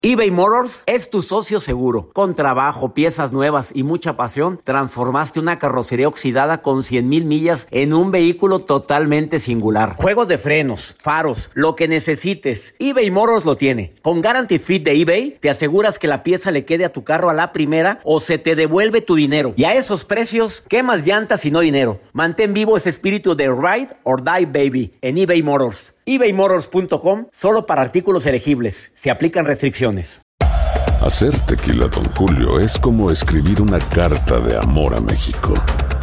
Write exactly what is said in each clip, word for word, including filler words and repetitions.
eBay Motors es tu socio seguro. Con trabajo, piezas nuevas y mucha pasión, transformaste una carrocería oxidada con cien mil millas en un vehículo totalmente singular. Juegos de frenos, faros, lo que necesites, eBay Motors lo tiene. Con Guarantee Fit de eBay, te aseguras que la pieza le quede a tu carro a la primera o se te devuelve tu dinero. Y a esos precios, ¿qué más llantas y no dinero? Mantén vivo ese espíritu de Ride or Die Baby en eBay Motors. ebay motors punto com, solo para artículos elegibles. Se aplican restricciones. Hacer tequila Don Julio es como escribir una carta de amor a México.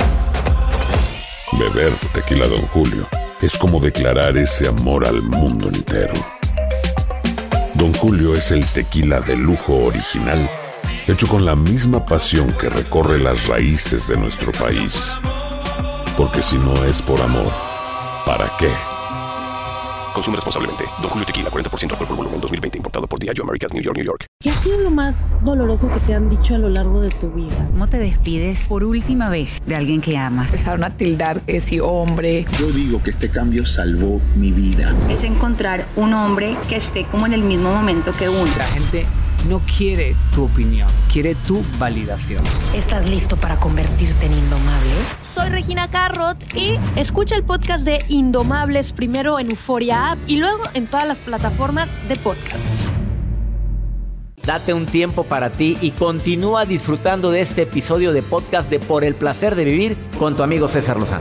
Beber tequila Don Julio es como declarar ese amor al mundo entero. Don Julio es el tequila de lujo original, hecho con la misma pasión que recorre las raíces de nuestro país. Porque si no es por amor, ¿para qué? Consume responsablemente. Don Julio Tequila, cuarenta por ciento alcohol por volumen, dos mil veinte. Importado por Diageo Americas, New York, New York. ¿Qué ha sido lo más doloroso que te han dicho a lo largo de tu vida? ¿Cómo te despides por última vez de alguien que amas? Empezaron a tildar que si hombre. Yo digo que este cambio salvó mi vida. Es encontrar un hombre que esté como en el mismo momento que uno. La gente no quiere tu opinión, quiere tu validación. ¿Estás listo para convertirte en indomable? Soy Regina Carrot y escucha el podcast de Indomables primero en Euforia App y luego en todas las plataformas de podcasts. Date un tiempo para ti y continúa disfrutando de este episodio de podcast de Por el Placer de Vivir con tu amigo César Lozano.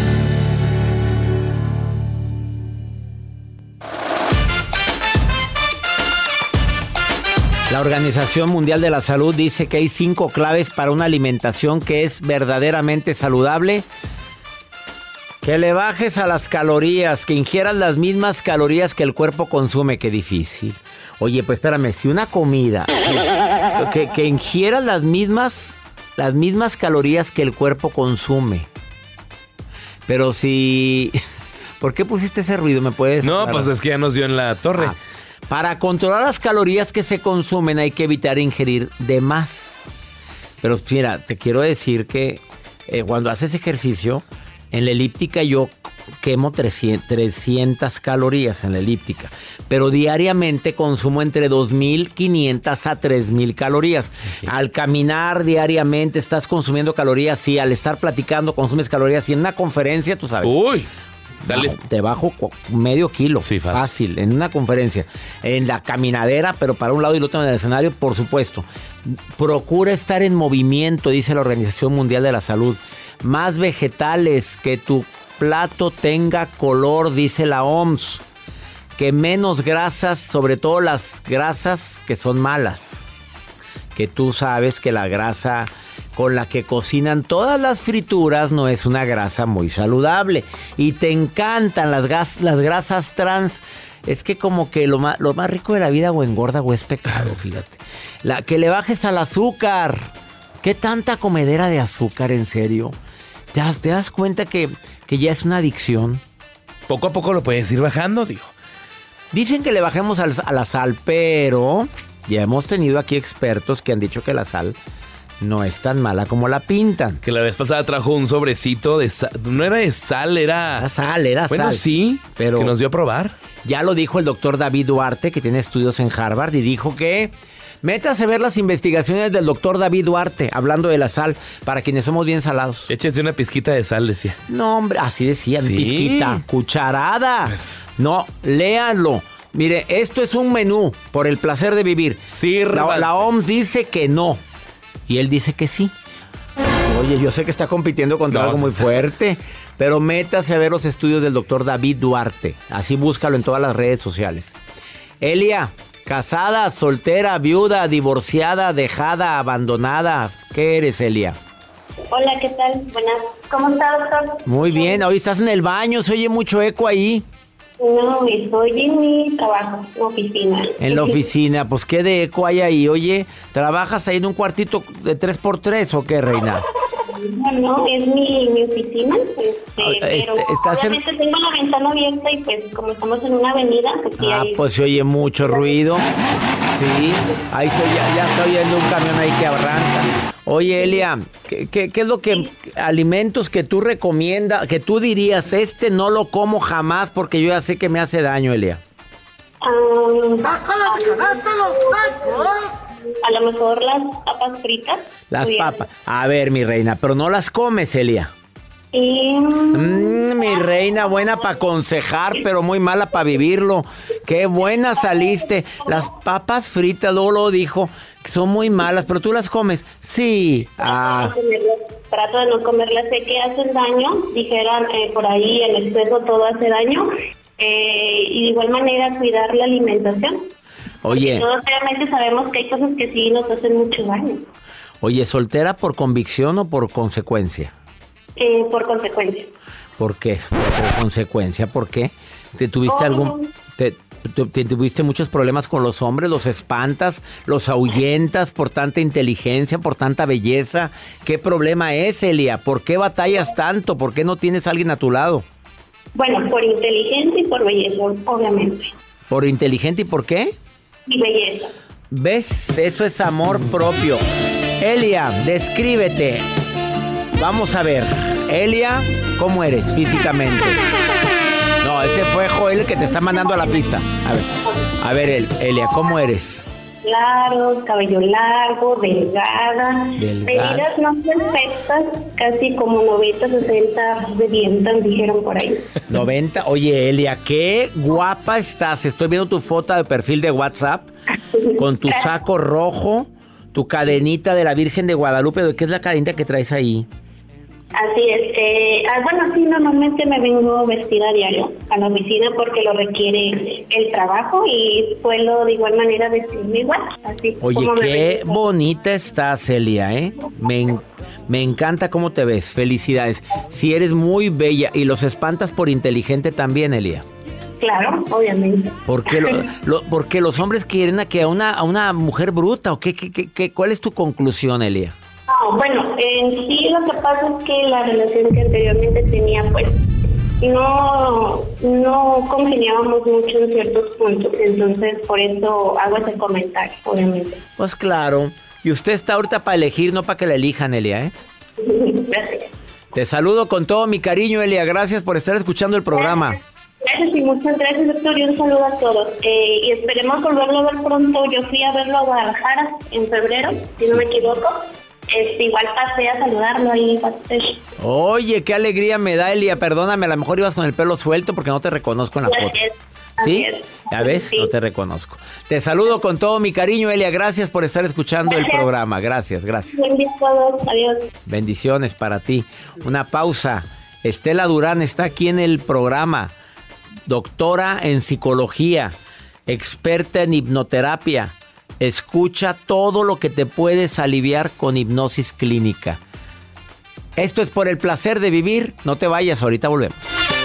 La Organización Mundial de la Salud dice que hay cinco claves para una alimentación que es verdaderamente saludable. Que le bajes a las calorías, que ingieras las mismas calorías que el cuerpo consume. Qué difícil. Oye, pues espérame, si una comida, que, que ingieras las mismas, las mismas calorías que el cuerpo consume. Pero si... ¿Por qué pusiste ese ruido? ¿Me puedes...? No, pues es que ya nos dio en la torre. Ah. Para controlar las calorías que se consumen hay que evitar ingerir de más. Pero mira, te quiero decir que eh, cuando haces ejercicio, en la elíptica yo quemo trescientas calorías en la elíptica. Pero diariamente consumo entre dos mil quinientas a tres mil calorías. Sí. Al caminar diariamente estás consumiendo calorías. Sí, al estar platicando consumes calorías. Y en una conferencia, tú sabes. Uy. Bajo, te bajo medio kilo, sí, fácil. fácil, en una conferencia, en la caminadera, pero para un lado y el otro en el escenario, por supuesto. Procura estar en movimiento, dice la Organización Mundial de la Salud. Más vegetales, que tu plato tenga color, dice la O M S. Que menos grasas, sobre todo las grasas que son malas. Que tú sabes que la grasa con la que cocinan todas las frituras no es una grasa muy saludable. Y te encantan las, gas, las grasas trans. Es que como que lo más, lo más rico de la vida o engorda o es pecado, fíjate. La, que le bajes al azúcar. ¿Qué tanta comedera de azúcar, en serio? ¿Te das, te das cuenta que, que ya es una adicción? Poco a poco lo puedes ir bajando, digo. Dicen que le bajemos al, a la sal, pero ya hemos tenido aquí expertos que han dicho que la sal no es tan mala como la pintan. Que la vez pasada trajo un sobrecito de sal. No era de sal, era... Era sal, era bueno, sal. Bueno, sí, pero... que nos dio a probar. Ya lo dijo el doctor David Duarte, que tiene estudios en Harvard, y dijo que... Métase a ver las investigaciones del doctor David Duarte, hablando de la sal, para quienes somos bien salados. Échense una pizquita de sal, decía. No, hombre, así decían, sí. Pizquita, cucharada. Pues... No, léanlo. Mire, esto es un menú por el placer de vivir. Sí, la, la O M S dice que no. Y él dice que sí. Oye, yo sé que está compitiendo contra no, algo muy fuerte, pero métase a ver los estudios del doctor David Duarte. Así búscalo en todas las redes sociales. Elia, casada, soltera, viuda, divorciada, dejada, abandonada. ¿Qué eres, Elia? Hola, ¿qué tal? Buenas. ¿Cómo estás, doctor? Muy bien. Hoy estás en el baño, se oye mucho eco ahí. No, estoy en mi trabajo, en oficina. En la oficina, pues ¿qué de eco hay ahí? Oye, ¿trabajas ahí en un cuartito de tres por tres o qué, reina? No, no, es mi, mi oficina, este, este, pero obviamente en... tengo la ventana abierta y pues como estamos en una avenida, pues sí Ah, hay... pues se oye mucho ruido. Sí, ahí se oye, ya está oyendo un camión ahí que arranca. Oye, Elia, ¿qué, qué, qué es lo que, alimentos que tú recomiendas, que tú dirías, este no lo como jamás porque yo ya sé que me hace daño, Elia? Um, a lo mejor las papas fritas. Las papas. A ver, mi reina, pero no las comes, Elia. Y... Mm, mi reina, buena para aconsejar, pero muy mala para vivirlo. Qué buena saliste. Las papas fritas, luego lo dijo, que son muy malas, pero tú las comes. Sí. Ah. Trato de no comerlas, sé que hacen daño. Dijeran eh, por ahí, el exceso todo hace daño. Eh, y de igual manera cuidar la alimentación. Oye. Porque todos obviamente sabemos que hay cosas que sí nos hacen mucho daño. Oye, ¿soltera por convicción o por consecuencia? Eh, por consecuencia. ¿Por qué? Por consecuencia, ¿por qué? ¿Te tuviste oh. algún... Te, te, te tuviste muchos problemas con los hombres? ¿Los espantas? ¿Los ahuyentas por tanta inteligencia, por tanta belleza? ¿Qué problema es, Elia? ¿Por qué batallas tanto? ¿Por qué no tienes a alguien a tu lado? Bueno, por inteligencia y por belleza, obviamente. ¿Por inteligente y por qué? Y belleza. ¿Ves? Eso es amor propio. Elia, descríbete. Vamos a ver. Elia, ¿cómo eres físicamente? No, ese fue Joel que te está mandando a la pista. A ver, a ver, El, Elia, ¿cómo eres? Claro, cabello largo, delgada. Delgada. Medidas no perfectas, casi como noventa, sesenta de vientas, dijeron por ahí. noventa, oye, Elia, qué guapa estás. Estoy viendo tu foto de perfil de WhatsApp con tu saco rojo, tu cadenita de la Virgen de Guadalupe. ¿Qué es la cadenita que traes ahí? Así es. Eh, ah, bueno, sí, normalmente me vengo vestida a diario a la oficina porque lo requiere el trabajo y suelo de igual manera vestirme igual. Así Oye, como qué bonita estás, Elia, ¿eh? Me, me encanta cómo te ves. Felicidades. Si eres muy bella y los espantas por inteligente también, Elia. Claro, obviamente. ¿Por qué, lo, lo, porque los hombres quieren a, que a, una, a una mujer bruta? ¿O qué, qué, qué, qué, ¿Cuál es tu conclusión, Elia? No, bueno, en sí lo que pasa es que la relación que anteriormente tenía, pues, no, no congeniábamos mucho en ciertos puntos, entonces por eso hago ese comentario, obviamente. Pues claro, y usted está ahorita para elegir, no para que la elijan, Elia, ¿eh? Gracias. Te saludo con todo mi cariño, Elia, gracias por estar escuchando el programa. Gracias y muchas gracias, doctor, y un saludo a todos. Eh, y esperemos volverlo a ver pronto. Yo fui a verlo a Guadalajara en febrero, si sí. no me equivoco. Este, igual pasé a saludarlo ahí. Pasé. Oye, qué alegría me da, Elia. Perdóname, a lo mejor ibas con el pelo suelto porque no te reconozco en la foto. ¿Sí? ¿Ya ves? Sí. No te reconozco. Te saludo con todo mi cariño, Elia. Gracias por estar escuchando gracias. el programa. Gracias, gracias. Bendiciones. Adiós. Bendiciones para ti. Una pausa. Estela Durán está aquí en el programa. Doctora en psicología, experta en hipnoterapia. Escucha todo lo que te puedes aliviar con hipnosis clínica. Esto es por el placer de vivir. No te vayas, ahorita volvemos.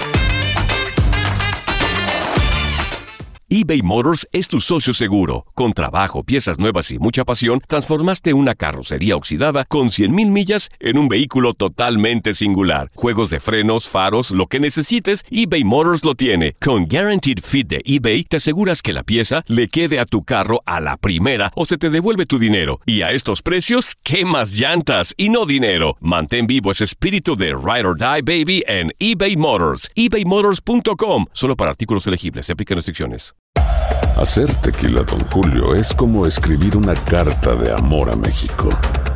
eBay Motors es tu socio seguro. Con trabajo, piezas nuevas y mucha pasión, transformaste una carrocería oxidada con cien mil millas en un vehículo totalmente singular. Juegos de frenos, faros, lo que necesites, eBay Motors lo tiene. Con Guaranteed Fit de eBay, te aseguras que la pieza le quede a tu carro a la primera o se te devuelve tu dinero. Y a estos precios, ¿qué más llantas y no dinero? Mantén vivo ese espíritu de Ride or Die, baby, en eBay Motors. ebay motors punto com. Solo para artículos elegibles. Se aplican restricciones. Hacer tequila Don Julio es como escribir una carta de amor a México.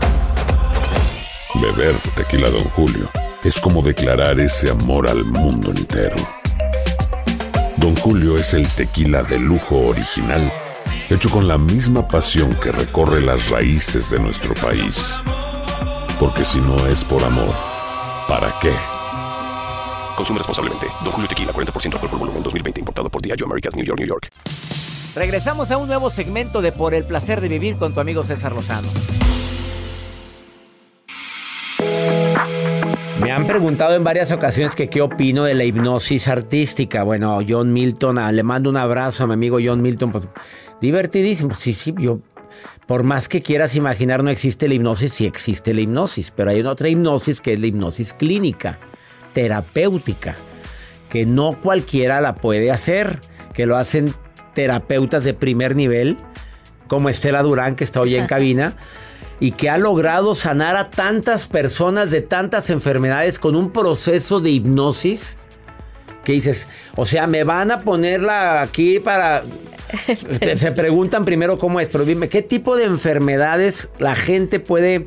Beber tequila Don Julio es como declarar ese amor al mundo entero. Don Julio es el tequila de lujo original, hecho con la misma pasión que recorre las raíces de nuestro país. Porque si no es por amor, ¿para qué? Consume responsablemente. Don Julio Tequila, cuarenta por ciento alcohol por volumen, dos mil veinte. Importado por Diageo Americas, New York, New York. Regresamos a un nuevo segmento de Por el placer de vivir con tu amigo César Lozano. Me han preguntado en varias ocasiones que qué opino de la hipnosis artística. Bueno, John Milton, ah, le mando un abrazo a mi amigo John Milton. Pues, divertidísimo. Sí, sí, yo... Por más que quieras imaginar, no existe la hipnosis, sí existe la hipnosis. Pero hay otra hipnosis que es la hipnosis clínica, terapéutica, que no cualquiera la puede hacer, que lo hacen terapeutas de primer nivel, como Estela Durán, que está hoy en cabina, y que ha logrado sanar a tantas personas de tantas enfermedades con un proceso de hipnosis ¿Qué dices? O sea, me van a ponerla aquí para... Se preguntan primero cómo es, pero dime, ¿qué tipo de enfermedades la gente puede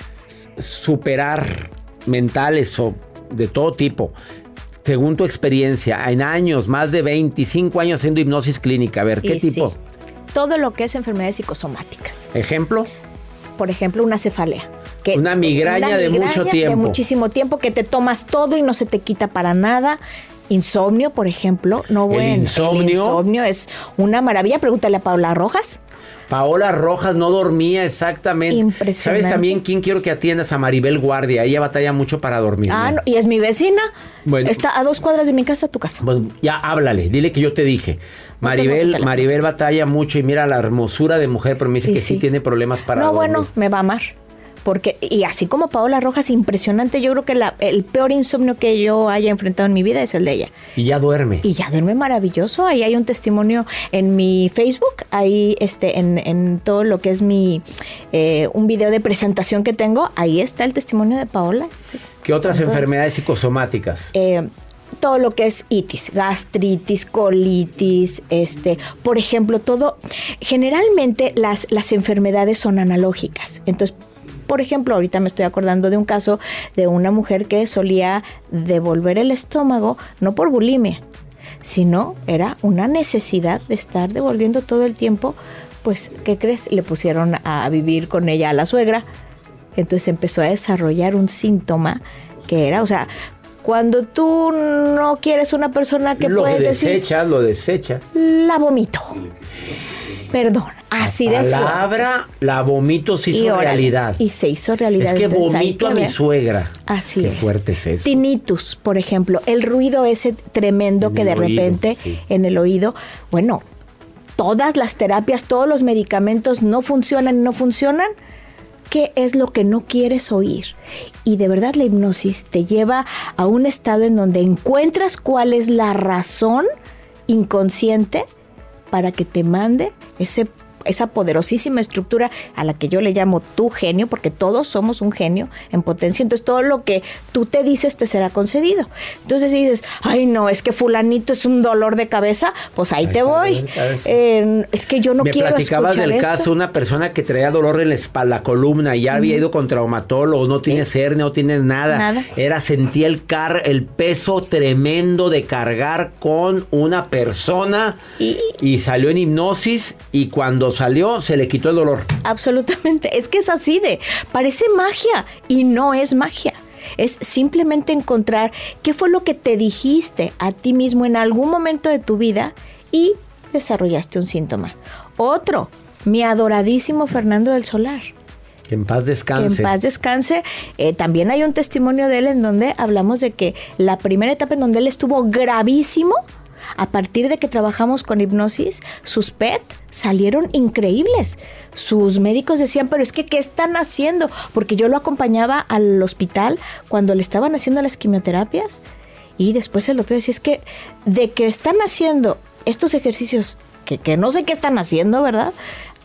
superar, mentales o de todo tipo? Según tu experiencia, en años, más de veinticinco años haciendo hipnosis clínica. A ver, ¿qué y tipo? Sí. Todo lo que es enfermedades psicosomáticas. ¿Ejemplo? Por ejemplo, una cefalea. Que una migraña, una migraña de mucho tiempo. De muchísimo tiempo, que te tomas todo y no se te quita para nada. Insomnio, por ejemplo. No, bueno, el insomnio. El insomnio es una maravilla. Pregúntale a Paola Rojas. Paola Rojas no dormía exactamente. Impresionante. ¿Sabes también quién quiero que atiendas? A Maribel Guardia. Ella batalla mucho para dormir. Ah, no, y es mi vecina. Bueno, está a dos cuadras de mi casa, tu casa. Bueno, ya háblale, dile que yo te dije. Maribel, no Maribel batalla mucho y mira la hermosura de mujer, pero me dice sí, que sí. sí tiene problemas para no, dormir. No, bueno, me va a amar. Porque, y así como Paola Rojas, impresionante, yo creo que la, el peor insomnio que yo haya enfrentado en mi vida es el de ella. Y ya duerme. Y ya duerme maravilloso. Ahí hay un testimonio en mi Facebook, ahí este, en, en todo lo que es mi, eh, un video de presentación que tengo, ahí está el testimonio de Paola. Sí. ¿Qué otras Entonces, enfermedades psicosomáticas? Eh, todo lo que es itis, gastritis, colitis, este, por ejemplo, todo, generalmente las, las enfermedades son analógicas. Entonces, por ejemplo, ahorita me estoy acordando de un caso de una mujer que solía devolver el estómago, no por bulimia, sino era una necesidad de estar devolviendo todo el tiempo. Pues, ¿qué crees? Le pusieron a vivir con ella a la suegra. Entonces empezó a desarrollar un síntoma que era, o sea, cuando tú no quieres una persona que lo puedes decir... Lo desecha, lo desecha. La vomito. Perdón, así de fuerte. La palabra, la vomito se hizo realidad. Y se hizo realidad. Es que Entonces, vomito que a mi suegra. Así Qué es. Qué fuerte es eso. Tinnitus, por ejemplo, el ruido ese tremendo en que de oído, repente sí. en el oído, bueno, todas las terapias, todos los medicamentos no funcionan y no funcionan. ¿Qué es lo que no quieres oír? Y de verdad la hipnosis te lleva a un estado en donde encuentras cuál es la razón inconsciente para que te mande ese, esa poderosísima estructura a la que yo le llamo tu genio, porque todos somos un genio en potencia. Entonces todo lo que tú te dices te será concedido. Entonces si dices, ay no, es que fulanito es un dolor de cabeza, pues ahí, ahí te voy. Eh, es que yo no Me quiero escuchar platicabas del esto. caso, una persona que traía dolor en la espalda, la columna, y ya había ido con traumatólogo, no tiene ¿Sí? hernia, no tiene nada. nada. Era, sentía el, car el peso tremendo de cargar con una persona y, y salió en hipnosis y cuando salió se le quitó el dolor. Absolutamente, es que es así de, parece magia y no es magia. Es simplemente encontrar qué fue lo que te dijiste a ti mismo en algún momento de tu vida y desarrollaste un síntoma. Otro, mi adoradísimo Fernando del Solar. Que en paz descanse. Que en paz descanse. Eh, también hay un testimonio de él en donde hablamos de que la primera etapa en donde él estuvo gravísimo, a partir de que trabajamos con hipnosis, sus P E T salieron increíbles. Sus médicos decían, pero es que, ¿qué están haciendo? Porque yo lo acompañaba al hospital cuando le estaban haciendo las quimioterapias y después el doctor decía, es que de que están haciendo estos ejercicios, que, que no sé qué están haciendo, ¿verdad?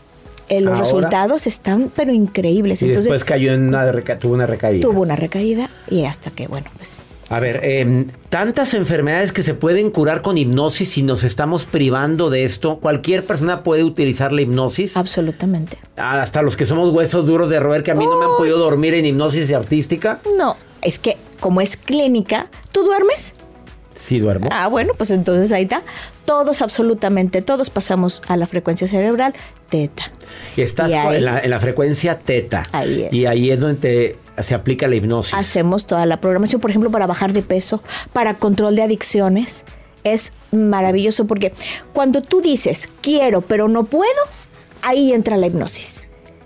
Eh, los Ahora, resultados están, pero increíbles. Y Entonces, después cayó en una, reca tuvo una recaída. Tuvo una recaída y hasta que, bueno, pues... A ver, eh, tantas enfermedades que se pueden curar con hipnosis y nos estamos privando de esto. ¿Cualquier persona puede utilizar la hipnosis? Absolutamente. Hasta los que somos huesos duros de roer, que a mí oh. no me han podido dormir en hipnosis artística. No, es que como es clínica, ¿tú duermes? Sí, duermo. Ah, bueno, pues entonces ahí está. Todos, absolutamente todos pasamos a la frecuencia cerebral teta. Y estás y ahí, en, la, en la frecuencia teta. Ahí es. Y ahí es donde te, se aplica la hipnosis. Hacemos toda la programación, por ejemplo, para bajar de peso, para control de adicciones. Es maravilloso porque cuando tú dices, quiero, pero no puedo, ahí entra la hipnosis.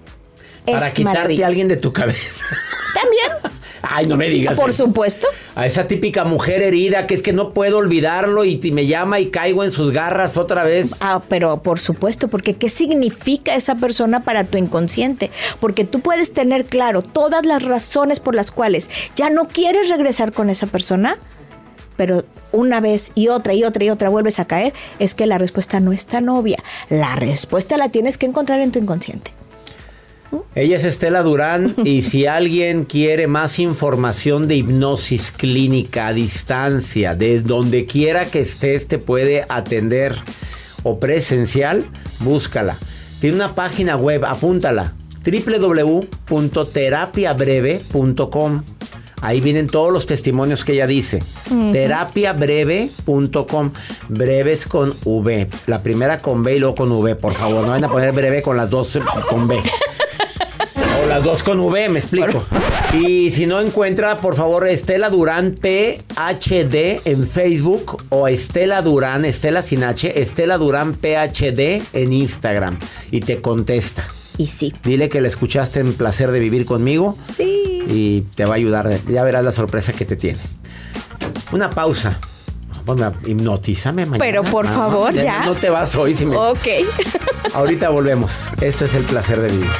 Para es quitarte a alguien de tu cabeza. También. Ay, no me digas. Por eso. supuesto. A esa típica mujer herida que es que no puedo olvidarlo y me llama y caigo en sus garras otra vez. Ah, pero por supuesto, porque ¿qué significa esa persona para tu inconsciente? Porque tú puedes tener claro todas las razones por las cuales ya no quieres regresar con esa persona, pero una vez y otra y otra y otra vuelves a caer, es que la respuesta no es tan obvia. La respuesta la tienes que encontrar en tu inconsciente. Ella es Estela Durán y si alguien quiere más información de hipnosis clínica a distancia, de donde quiera que estés te puede atender o presencial, búscala. Tiene una página web, apúntala, doble u doble u doble u punto terapia breve punto com. Ahí vienen todos los testimonios que ella dice. Uh-huh. terapia breve punto com. Breves con V. La primera con B y luego con V. Por favor, no vayan a poner breve con las dos con B. O las dos con V, me explico. Y si no encuentra, por favor, Estela Durán P H D en Facebook o Estela Durán, Estela sin H, Estela Durán P H D en Instagram. Y te contesta. Y sí. Dile que la escuchaste en Placer de Vivir conmigo. Sí. Y te va a ayudar. Ya verás la sorpresa que te tiene. Una pausa. Bueno, hipnotízame mañana. Pero por ah, favor, ya. ya. No te vas hoy. Si me... Ok. Ahorita volvemos. Esto es el Placer de Vivir.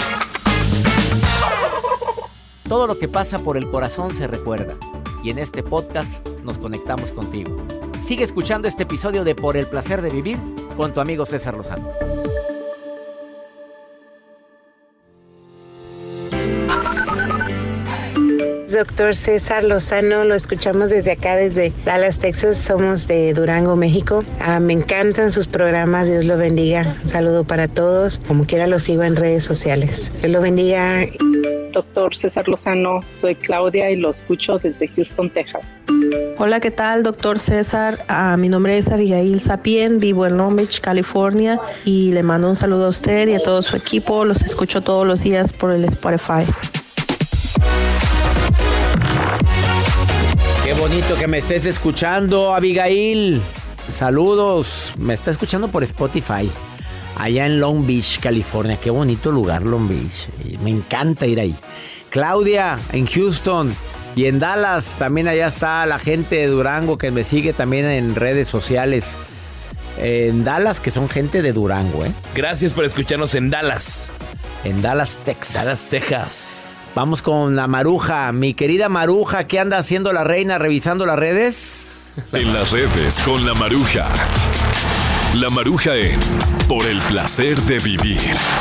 Todo lo que pasa por el corazón se recuerda. Y en este podcast nos conectamos contigo. Sigue escuchando este episodio de Por el Placer de Vivir con tu amigo César Lozano. Doctor César Lozano, lo escuchamos desde acá, desde Dallas, Texas. Somos de Durango, México. Ah, me encantan sus programas, Dios lo bendiga. Un saludo para todos. Como quiera los sigo en redes sociales. Dios lo bendiga. Doctor César Lozano, soy Claudia y lo escucho desde Houston, Texas. Hola, ¿qué tal, doctor César? Uh, mi nombre es Abigail Sapien, vivo en Long Beach, California, y le mando un saludo a usted y a todo su equipo. Los escucho todos los días por el Spotify. Qué bonito que me estés escuchando, Abigail. Saludos. Me está escuchando por Spotify. Allá en Long Beach, California. Qué bonito lugar, Long Beach. Me encanta ir ahí. Claudia, en Houston. Y en Dallas, también allá está la gente de Durango que me sigue también en redes sociales. En Dallas, que son gente de Durango, ¿eh? Gracias por escucharnos en Dallas. En Dallas, Texas. Dallas, Texas. Vamos con la Maruja. Mi querida Maruja, ¿qué anda haciendo la reina revisando las redes? En las redes con la Maruja. La Maruja en Por el Placer de Vivir.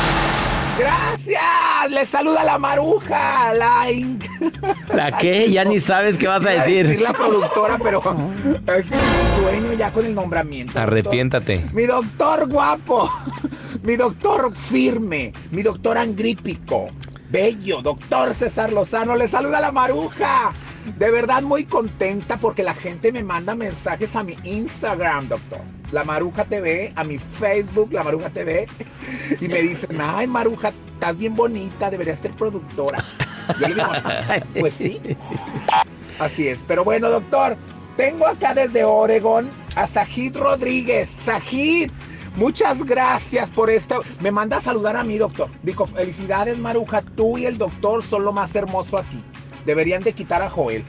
¡Gracias! Les saluda la Maruja. La, in... ¿La qué? Ya ni sabes qué vas a decir. decir la productora, pero es que sueño ya con el nombramiento. Arrepiéntate. Doctor. Mi doctor guapo. Mi doctor firme. Mi doctor angrípico. Bello, doctor César Lozano, le saluda la Maruja. De verdad muy contenta porque la gente me manda mensajes a mi Instagram, doctor. La Maruja T V, a mi Facebook, La Maruja T V. Y me dicen, ay, Maruja, estás bien bonita, deberías ser productora. Yo le digo, pues sí. Así es. Pero bueno, doctor, tengo acá desde Oregon a Sajid Rodríguez. Sajid, muchas gracias por esta. Me manda a saludar a mí, doctor. Dijo, felicidades, Maruja. Tú y el doctor son lo más hermoso aquí. Deberían de quitar a Joel.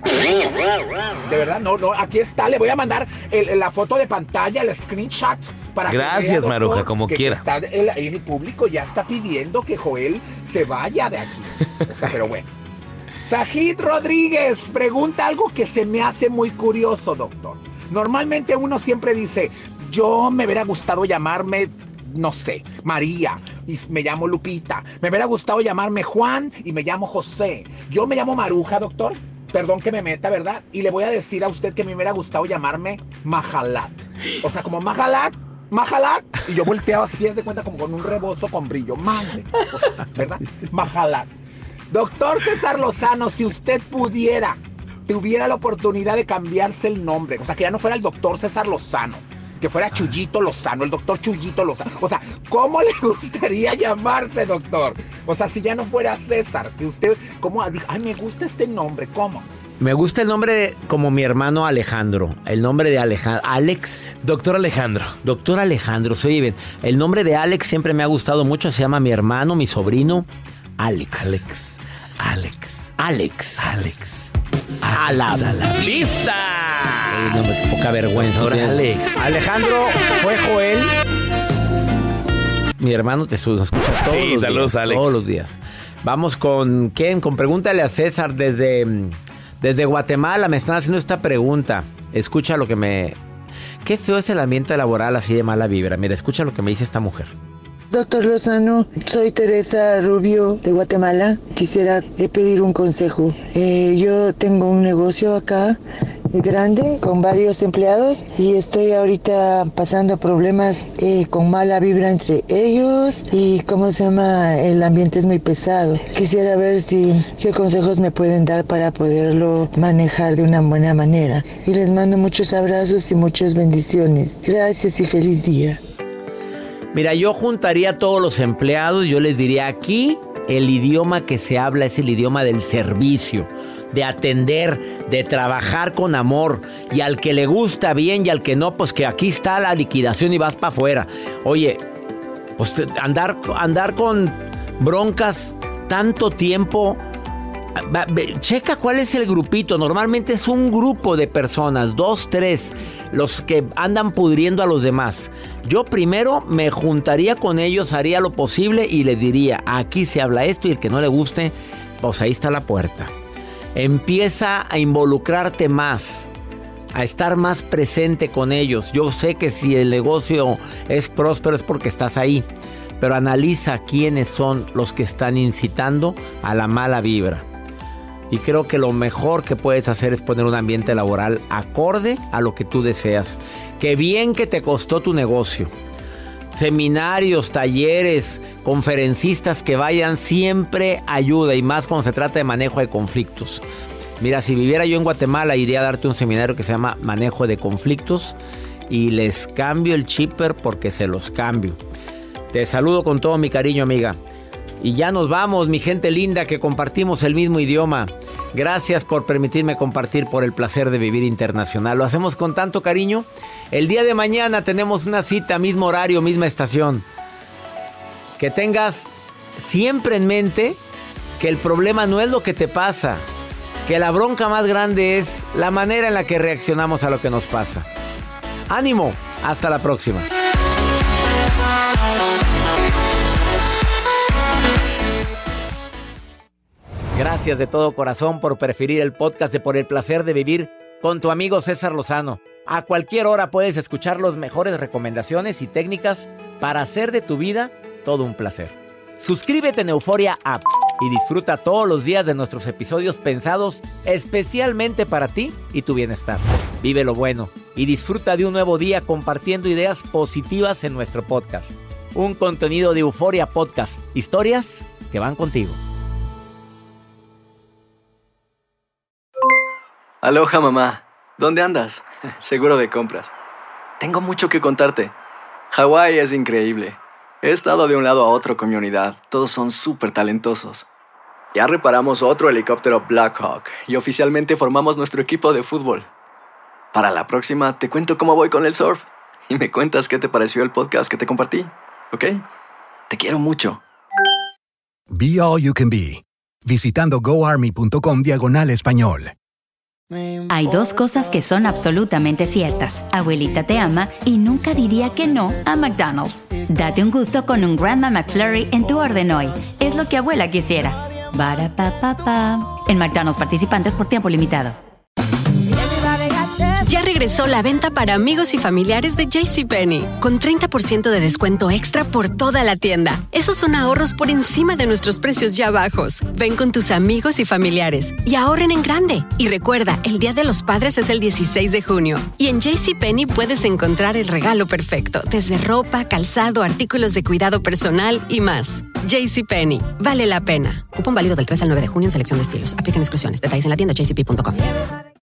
De verdad, no, no. Aquí está. Le voy a mandar el, la foto de pantalla, el screenshot. Para gracias, que vea, doctor, Maruja, como que quiera. Está, el, el público ya está pidiendo que Joel se vaya de aquí. O sea, pero bueno. Sajid Rodríguez pregunta algo que se me hace muy curioso, doctor. Normalmente uno siempre dice, yo me hubiera gustado llamarme, no sé, María, y me llamo Lupita. Me hubiera gustado llamarme Juan y me llamo José. Yo me llamo Maruja, doctor. Perdón que me meta, ¿verdad? Y le voy a decir a usted que me hubiera gustado llamarme Majalat. O sea, como Majalat, Majalat. Y yo volteaba así, de cuenta, como con un rebozo con brillo. Mande, o sea, ¿verdad? Majalat. Doctor César Lozano, si usted pudiera, tuviera la oportunidad de cambiarse el nombre, o sea, que ya no fuera el doctor César Lozano, que fuera Chuyito Lozano, el doctor Chuyito Lozano. O sea, ¿cómo le gustaría llamarse, doctor? O sea, si ya no fuera César, que usted, ¿cómo? Ay, me gusta este nombre, ¿cómo? Me gusta el nombre de, como mi hermano Alejandro. El nombre de Alejandro. Alex. Doctor Alejandro. Doctor Alejandro, se oye bien. El nombre de Alex siempre me ha gustado mucho. Se llama mi hermano, mi sobrino, Alex. Alex. Alex. Alex. Alex. A la, a la vista. Ay, no, qué poca vergüenza. Ahora Alex. Alejandro fue Joel. Mi hermano te escucha todos sí, los saludos, días. Alex. Todos los días. Vamos con ¿quién? Con pregúntale a César desde, desde Guatemala. Me están haciendo esta pregunta. Escucha lo que me... Qué feo es el ambiente laboral así de mala vibra. Mira, escucha lo que me dice esta mujer. Doctor Lozano, soy Teresa Rubio de Guatemala. Quisiera eh, pedir un consejo. Eh, yo tengo un negocio acá eh, grande con varios empleados y estoy ahorita pasando problemas eh, con mala vibra entre ellos y ¿cómo se llama? El ambiente es muy pesado. Quisiera ver si qué consejos me pueden dar para poderlo manejar de una buena manera. Y les mando muchos abrazos y muchas bendiciones. Gracias y feliz día. Mira, yo juntaría a todos los empleados, yo les diría aquí el idioma que se habla es el idioma del servicio, de atender, de trabajar con amor, y al que le gusta bien y al que no, pues que aquí está la liquidación y vas para afuera. Oye, pues andar, andar con broncas tanto tiempo, checa cuál es el grupito. Normalmente es un grupo de personas, dos, tres, los que andan pudriendo a los demás. Yo primero me juntaría con ellos, haría lo posible y les diría, aquí se habla esto, y el que no le guste, pues ahí está la puerta. Empieza a involucrarte más, a estar más presente con ellos. Yo sé que si el negocio es próspero es porque estás ahí, pero analiza quiénes son los que están incitando a la mala vibra. Y creo que lo mejor que puedes hacer es poner un ambiente laboral acorde a lo que tú deseas. Qué bien que te costó tu negocio. Seminarios, talleres, conferencistas que vayan siempre ayuda, y más cuando se trata de manejo de conflictos. Mira, si viviera yo en Guatemala, iría a darte un seminario que se llama Manejo de Conflictos y les cambio el chipper porque se los cambio. Te saludo con todo mi cariño, amiga. Y ya nos vamos, mi gente linda, que compartimos el mismo idioma. Gracias por permitirme compartir por el placer de vivir internacional. Lo hacemos con tanto cariño. El día de mañana tenemos una cita, mismo horario, misma estación. Que tengas siempre en mente que el problema no es lo que te pasa, que la bronca más grande es la manera en la que reaccionamos a lo que nos pasa. ¡Ánimo! Hasta la próxima. Gracias de todo corazón por preferir el podcast de Por el Placer de Vivir con tu amigo César Lozano. A cualquier hora puedes escuchar las mejores recomendaciones y técnicas para hacer de tu vida todo un placer. Suscríbete en Euforia App y disfruta todos los días de nuestros episodios pensados especialmente para ti y tu bienestar. Vive lo bueno y disfruta de un nuevo día compartiendo ideas positivas en nuestro podcast. Un contenido de Euforia Podcast. Historias que van contigo. Aloha, mamá. ¿Dónde andas? Seguro de compras. Tengo mucho que contarte. Hawái es increíble. He estado de un lado a otro con mi unidad. Todos son súper talentosos. Ya reparamos otro helicóptero Blackhawk y oficialmente formamos nuestro equipo de fútbol. Para la próxima te cuento cómo voy con el surf y me cuentas qué te pareció el podcast que te compartí, ¿ok? Te quiero mucho. Be All You Can Be. Visitando goarmy.com diagonal español. Hay dos cosas que son absolutamente ciertas. Abuelita te ama y nunca diría que no a McDonald's. Date un gusto con un Grandma McFlurry en tu orden hoy. Es lo que abuela quisiera. Barapapapa. En McDonald's participantes por tiempo limitado. Ya regresó la venta para amigos y familiares de JCPenney, con treinta por ciento de descuento extra por toda la tienda. Esos son ahorros por encima de nuestros precios ya bajos. Ven con tus amigos y familiares y ahorren en grande. Y recuerda, el Día de los Padres es el dieciséis de junio. Y en JCPenney puedes encontrar el regalo perfecto, desde ropa, calzado, artículos de cuidado personal y más. JCPenney, vale la pena. Cupón válido del tres al nueve de junio en selección de estilos. Aplican exclusiones. Detalles en la tienda j c p punto com.